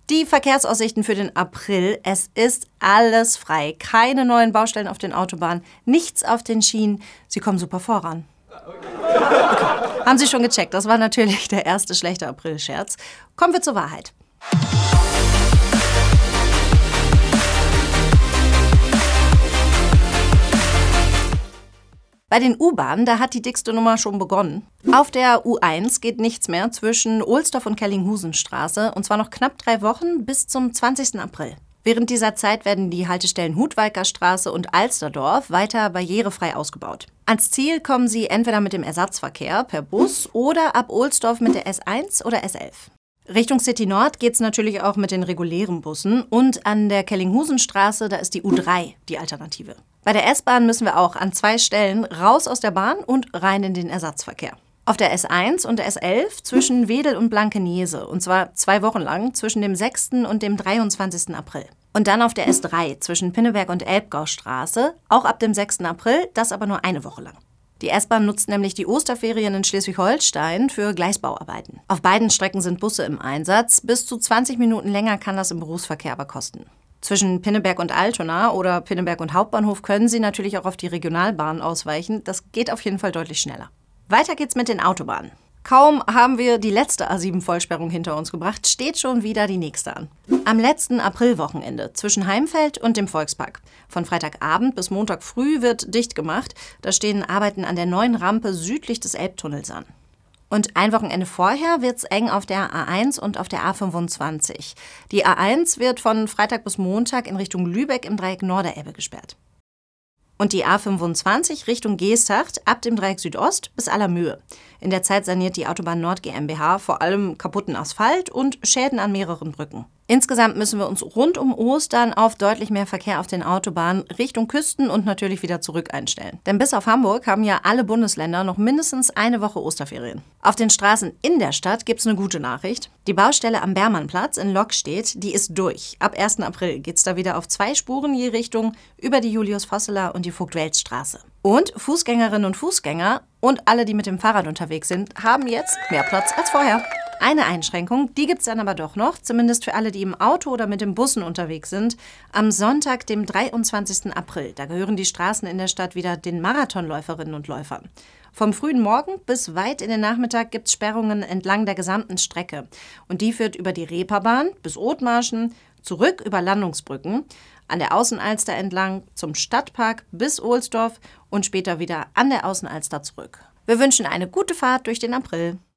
Die Verkehrsaussichten für den April. Es ist alles frei. Keine neuen Baustellen auf den Autobahnen, nichts auf den Schienen. Sie kommen super voran. Okay. Haben Sie schon gecheckt? Das war natürlich der erste schlechte April-Scherz. Kommen wir zur Wahrheit. Bei den U-Bahnen, da hat die dickste Nummer schon begonnen. Auf der U1 geht nichts mehr zwischen Ohlsdorf und Kellinghusenstraße, und zwar noch knapp 3 Wochen bis zum 20. April. Während dieser Zeit werden die Haltestellen Hudwalker Straße und Alsterdorf weiter barrierefrei ausgebaut. Ans Ziel kommen Sie entweder mit dem Ersatzverkehr per Bus oder ab Ohlsdorf mit der S1 oder S11. Richtung City Nord geht's natürlich auch mit den regulären Bussen, und an der Kellinghusenstraße, da ist die U3 die Alternative. Bei der S-Bahn müssen wir auch an 2 Stellen raus aus der Bahn und rein in den Ersatzverkehr. Auf der S1 und der S11 zwischen Wedel und Blankenese, und zwar 2 Wochen lang zwischen dem 6. und dem 23. April. Und dann auf der S3 zwischen Pinneberg und Elbgaustraße, auch ab dem 6. April, das aber nur 1 Woche lang. Die S-Bahn nutzt nämlich die Osterferien in Schleswig-Holstein für Gleisbauarbeiten. Auf beiden Strecken sind Busse im Einsatz. Bis zu 20 Minuten länger kann das im Berufsverkehr aber kosten. Zwischen Pinneberg und Altona oder Pinneberg und Hauptbahnhof können Sie natürlich auch auf die Regionalbahn ausweichen. Das geht auf jeden Fall deutlich schneller. Weiter geht's mit den Autobahnen. Kaum haben wir die letzte A7-Vollsperrung hinter uns gebracht, steht schon wieder die nächste an. Am letzten Aprilwochenende zwischen Heimfeld und dem Volkspark. Von Freitagabend bis Montag früh wird dicht gemacht. Da stehen Arbeiten an der neuen Rampe südlich des Elbtunnels an. Und ein Wochenende vorher wird's eng auf der A1 und auf der A25. Die A1 wird von Freitag bis Montag in Richtung Lübeck im Dreieck Norderelbe gesperrt. Und die A25 Richtung Geesthacht ab dem Dreieck Südost bis Allermöhe. In der Zeit saniert die Autobahn Nord GmbH vor allem kaputten Asphalt und Schäden an mehreren Brücken. Insgesamt müssen wir uns rund um Ostern auf deutlich mehr Verkehr auf den Autobahnen Richtung Küsten und natürlich wieder zurück einstellen. Denn bis auf Hamburg haben ja alle Bundesländer noch mindestens 1 Woche Osterferien. Auf den Straßen in der Stadt gibt's eine gute Nachricht. Die Baustelle am Bermannplatz in Lokstedt, die ist durch. Ab 1. April geht's da wieder auf 2 Spuren je Richtung über die Julius-Vosseler und die Vogt-Welz-Straße. Und Fußgängerinnen und Fußgänger und alle, die mit dem Fahrrad unterwegs sind, haben jetzt mehr Platz als vorher. Eine Einschränkung, die gibt's dann aber doch noch, zumindest für alle, die im Auto oder mit den Bussen unterwegs sind. Am Sonntag, dem 23. April, da gehören die Straßen in der Stadt wieder den Marathonläuferinnen und Läufern. Vom frühen Morgen bis weit in den Nachmittag gibt's Sperrungen entlang der gesamten Strecke. Und die führt über die Reeperbahn bis Othmarschen, zurück über Landungsbrücken, an der Außenalster entlang zum Stadtpark bis Ohlsdorf und später wieder an der Außenalster zurück. Wir wünschen eine gute Fahrt durch den April.